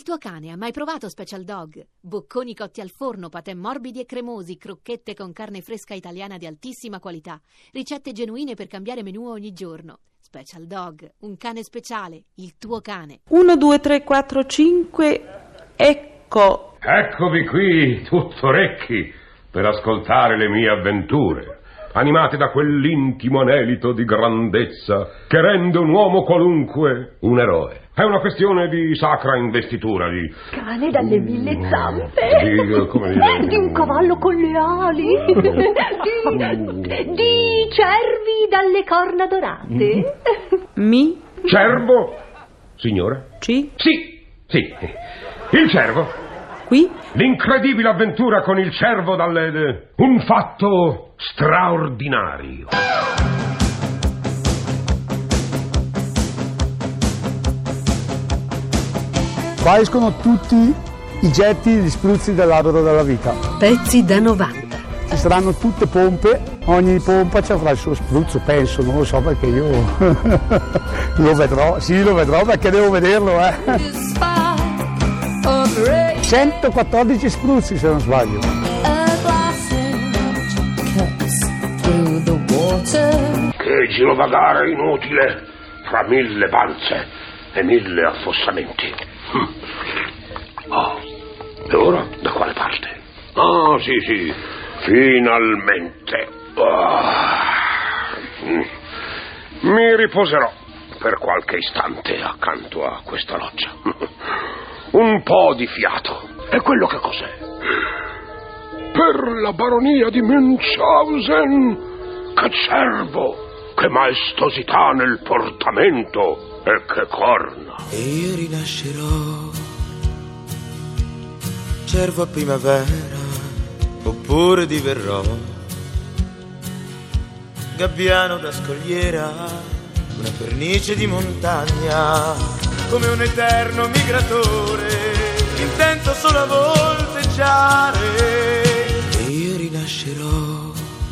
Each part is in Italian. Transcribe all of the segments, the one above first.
tuo cane ha mai provato Special Dog? Bocconi cotti al forno, patè morbidi e cremosi, crocchette con carne fresca italiana di altissima qualità, ricette genuine per cambiare menù ogni giorno. Special Dog, un cane speciale, il tuo cane. 1, 2, 3, 4, 5, ecco. Eccovi qui, tutto orecchi, per ascoltare le mie avventure, animate da quell'intimo anelito di grandezza che rende un uomo qualunque un eroe. È una questione di sacra investitura, di... cane dalle 1000 zampe, come dire... di un cavallo con le ali, di cervi dalle corna dorate. Mi? Cervo? Signora? Ci? Sì, il cervo. Qui? L'incredibile avventura con il cervo dalle... un fatto straordinario. Qua escono tutti i getti, gli spruzzi dell'albero della vita. Pezzi da 90. Ci saranno tutte pompe, ogni pompa ci avrà il suo spruzzo, penso, non lo so perché io lo vedrò, sì lo vedrò perché devo vederlo, 114 spruzzi se non sbaglio. Che girovagare inutile fra 1000 balze e 1000 affossamenti. Oh, e ora da quale parte? Ah, sì, finalmente. Mi riposerò per qualche istante accanto a questa roccia. Un po' di fiato. E quello che cos'è? Per la baronia di Münchhausen. Che cervo! Che maestosità nel portamento! E che corna! E io rinascerò, cervo a primavera, oppure diverrò gabbiano da scogliera, una pernice di montagna, come un eterno migratore, intento solo a volteggiare. E io rinascerò,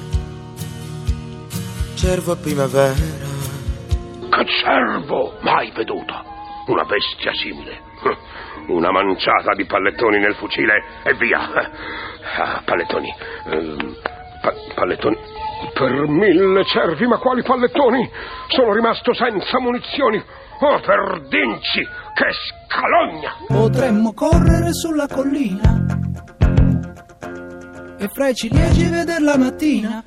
cervo a primavera. Che cervo mai veduta! Una bestia simile. Una manciata di pallettoni nel fucile e via. Pallettoni. Pallettoni. Per 1000 cervi, ma quali pallettoni? Sono rimasto senza munizioni. Oh, perdinci, che scalogna! Potremmo correre sulla collina e fra i ciliegi veder la mattina.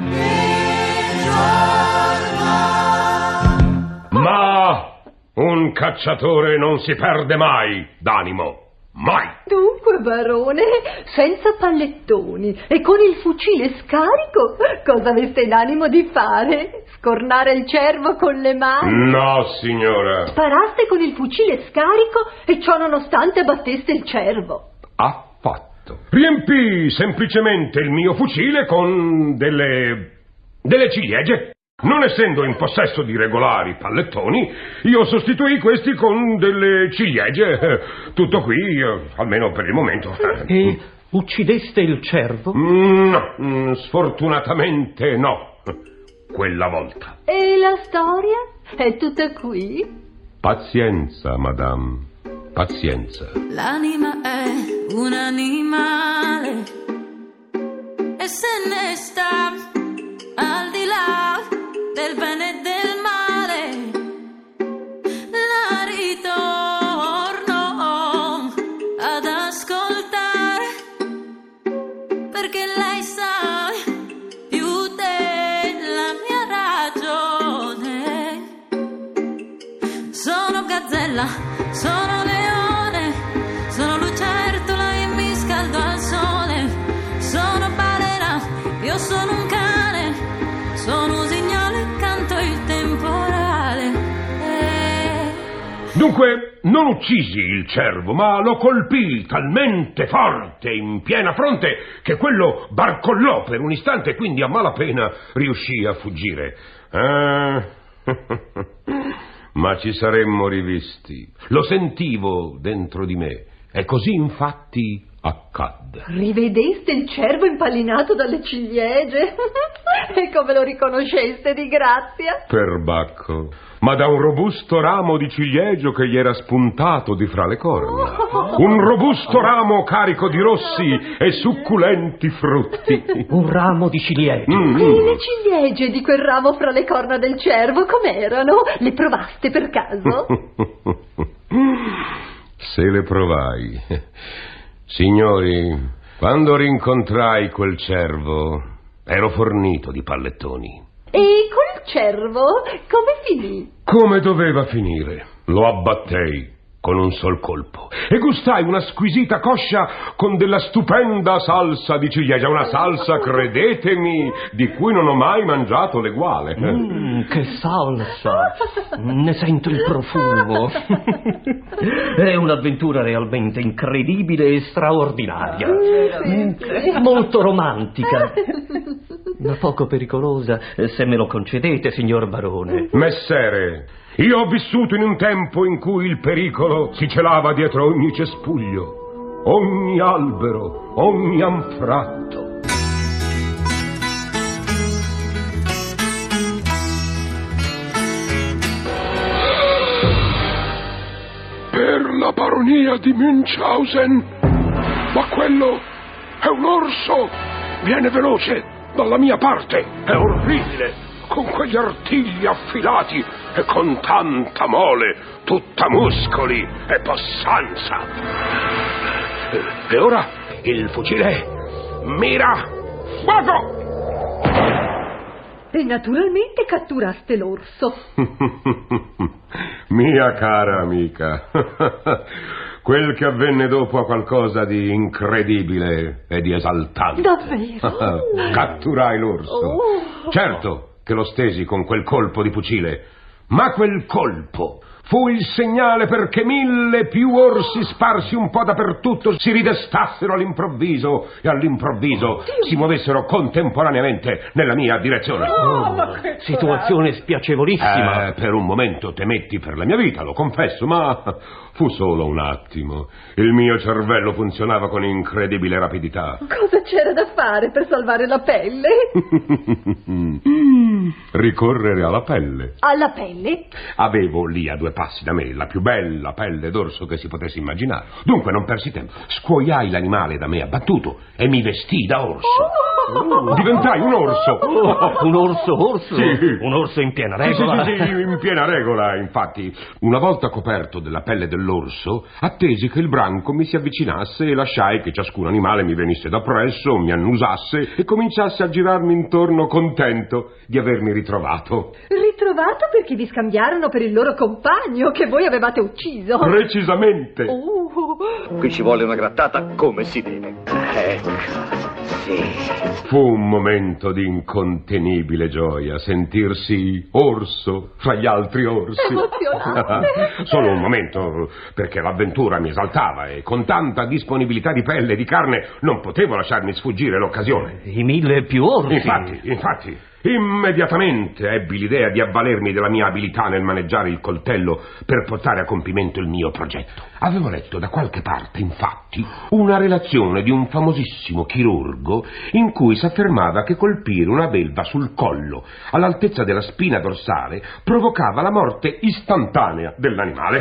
Ma un cacciatore non si perde mai d'animo. Mai! Dunque, barone, senza pallettoni e con il fucile scarico, cosa aveste in animo di fare? Scornare il cervo con le mani? No, signora. Sparaste con il fucile scarico e ciò nonostante batteste il cervo. Affatto. Riempii semplicemente il mio fucile con delle ciliegie. Non essendo in possesso di regolari pallettoni, io sostituì questi con delle ciliegie. Tutto qui, almeno per il momento. E uccideste il cervo? No, sfortunatamente no. Quella volta. E la storia? È tutta qui? Pazienza, madame. Pazienza. L'anima è un animale e se ne sta al di là del bene e del male, la ritorno ad ascoltare, perché lei sa più della mia ragione. Sono gazzella, sono leone, sono lucertola e mi scaldo al sole, sono balena, io sono un cane, sono usignolo e canto il temporale. Dunque, non uccisi il cervo, ma lo colpii talmente forte in piena fronte che quello barcollò per un istante e quindi a malapena riuscì a fuggire. Ma ci saremmo rivisti. Lo sentivo dentro di me E così infatti accadde. Rivedeste il cervo impallinato dalle ciliegie? E come lo riconosceste di grazia? Perbacco, ma da un robusto ramo di ciliegio che gli era spuntato di fra le corna. Un robusto ramo carico di rossi e succulenti frutti. Un ramo di ciliegio. E le ciliegie di quel ramo fra le corna del cervo com'erano? Le provaste per caso? Se le provai. Signori, quando rincontrai quel cervo, ero fornito di pallettoni. E col cervo come finì? Come doveva finire? Lo abbattei con un sol colpo e gustai una squisita coscia con della stupenda salsa di ciliegia, una salsa, credetemi, di cui non ho mai mangiato l'eguale. Che salsa! Ne sento il profumo. È un'avventura realmente incredibile e straordinaria. Molto romantica, ma poco pericolosa, se me lo concedete, signor barone. Messere, io ho vissuto in un tempo in cui il pericolo si celava dietro ogni cespuglio, ogni albero, ogni anfratto. Per la baronia di Münchhausen, ma quello è un orso, viene veloce dalla mia parte, è orribile, con quegli artigli affilati e con tanta mole, tutta muscoli e possanza. E ora il fucile mira, fuoco! E naturalmente catturaste l'orso. Mia cara amica, quel che avvenne dopo ha qualcosa di incredibile e di esaltante. Davvero? Catturai l'orso. Certo che lo stesi con quel colpo di fucile, ma quel colpo fu il segnale perché 1000 più orsi sparsi un po' dappertutto si ridestassero all'improvviso e all'improvviso si muovessero contemporaneamente nella mia direzione. Situazione spiacevolissima. Per un momento temetti per la mia vita, lo confesso, ma fu solo un attimo. Il mio cervello funzionava con incredibile rapidità. Cosa c'era da fare per salvare la pelle? Ricorrere alla pelle. Alla pelle? Avevo lì a 2 passi da me la più bella pelle d'orso che si potesse immaginare. Dunque non persi tempo. Scuoiai l'animale da me abbattuto e mi vestii da orso. Diventai un orso. Un orso? Sì. Un orso in piena regola? Sì, in piena regola, infatti. Una volta coperto della pelle dell'orso, attesi che il branco mi si avvicinasse e lasciai che ciascun animale mi venisse da presso, mi annusasse e cominciasse a girarmi intorno contento di avermi ritrovato. Ritrovato perché vi scambiarono per il loro compagno che voi avevate ucciso. Precisamente. Qui ci vuole una grattata come si deve. Ecco, sì. Fu un momento di incontenibile gioia sentirsi orso fra gli altri orsi. Emozionante. Solo un momento, perché l'avventura mi esaltava e con tanta disponibilità di pelle e di carne non potevo lasciarmi sfuggire l'occasione. I 1000 più orsi. Infatti, immediatamente ebbi l'idea di avvalermi della mia abilità nel maneggiare il coltello per portare a compimento il mio progetto. Avevo letto da qualche parte, infatti, una relazione di un famosissimo chirurgo in cui si affermava che colpire una belva sul collo all'altezza della spina dorsale provocava la morte istantanea dell'animale.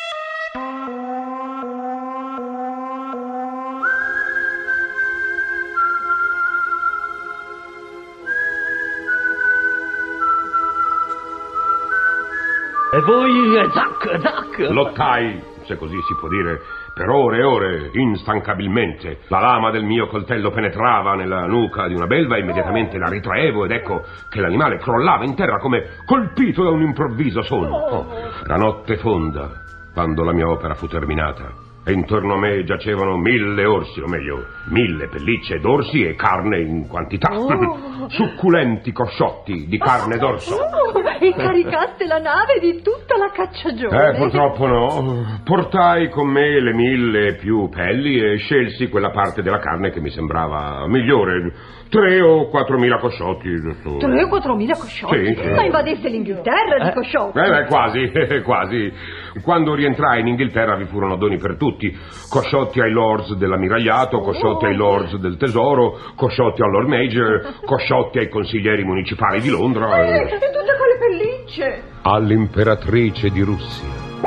E voi, zac! Lottai, se così si può dire, per ore e ore, instancabilmente. La lama del mio coltello penetrava nella nuca di una belva e immediatamente la ritraevo ed ecco che l'animale crollava in terra come colpito da un improvviso sonno. La notte fonda, quando la mia opera fu terminata, e intorno a me giacevano 1000 orsi, o meglio, 1000 pellicce d'orsi e carne in quantità. Succulenti cosciotti di carne d'orso. e caricaste la nave di tutta la cacciagione. Purtroppo no. Portai con me le 1000 più pelli e scelsi quella parte della carne che mi sembrava migliore. 3 o 4.000 cosciotti. 3 o 4.000 cosciotti? Sì. Ma invadeste l'Inghilterra di cosciotti? Quasi. Quando rientrai in Inghilterra vi furono doni per tutti. Cosciotti ai lords dell'ammiragliato, cosciotti ai lords del tesoro, cosciotti al Lord Major, cosciotti ai consiglieri municipali di Londra. E tutte quelle pellicce? All'imperatrice di Russia.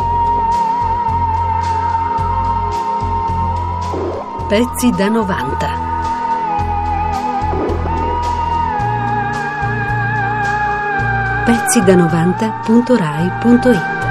Pezzi da 90. pezzi da 90.rai.it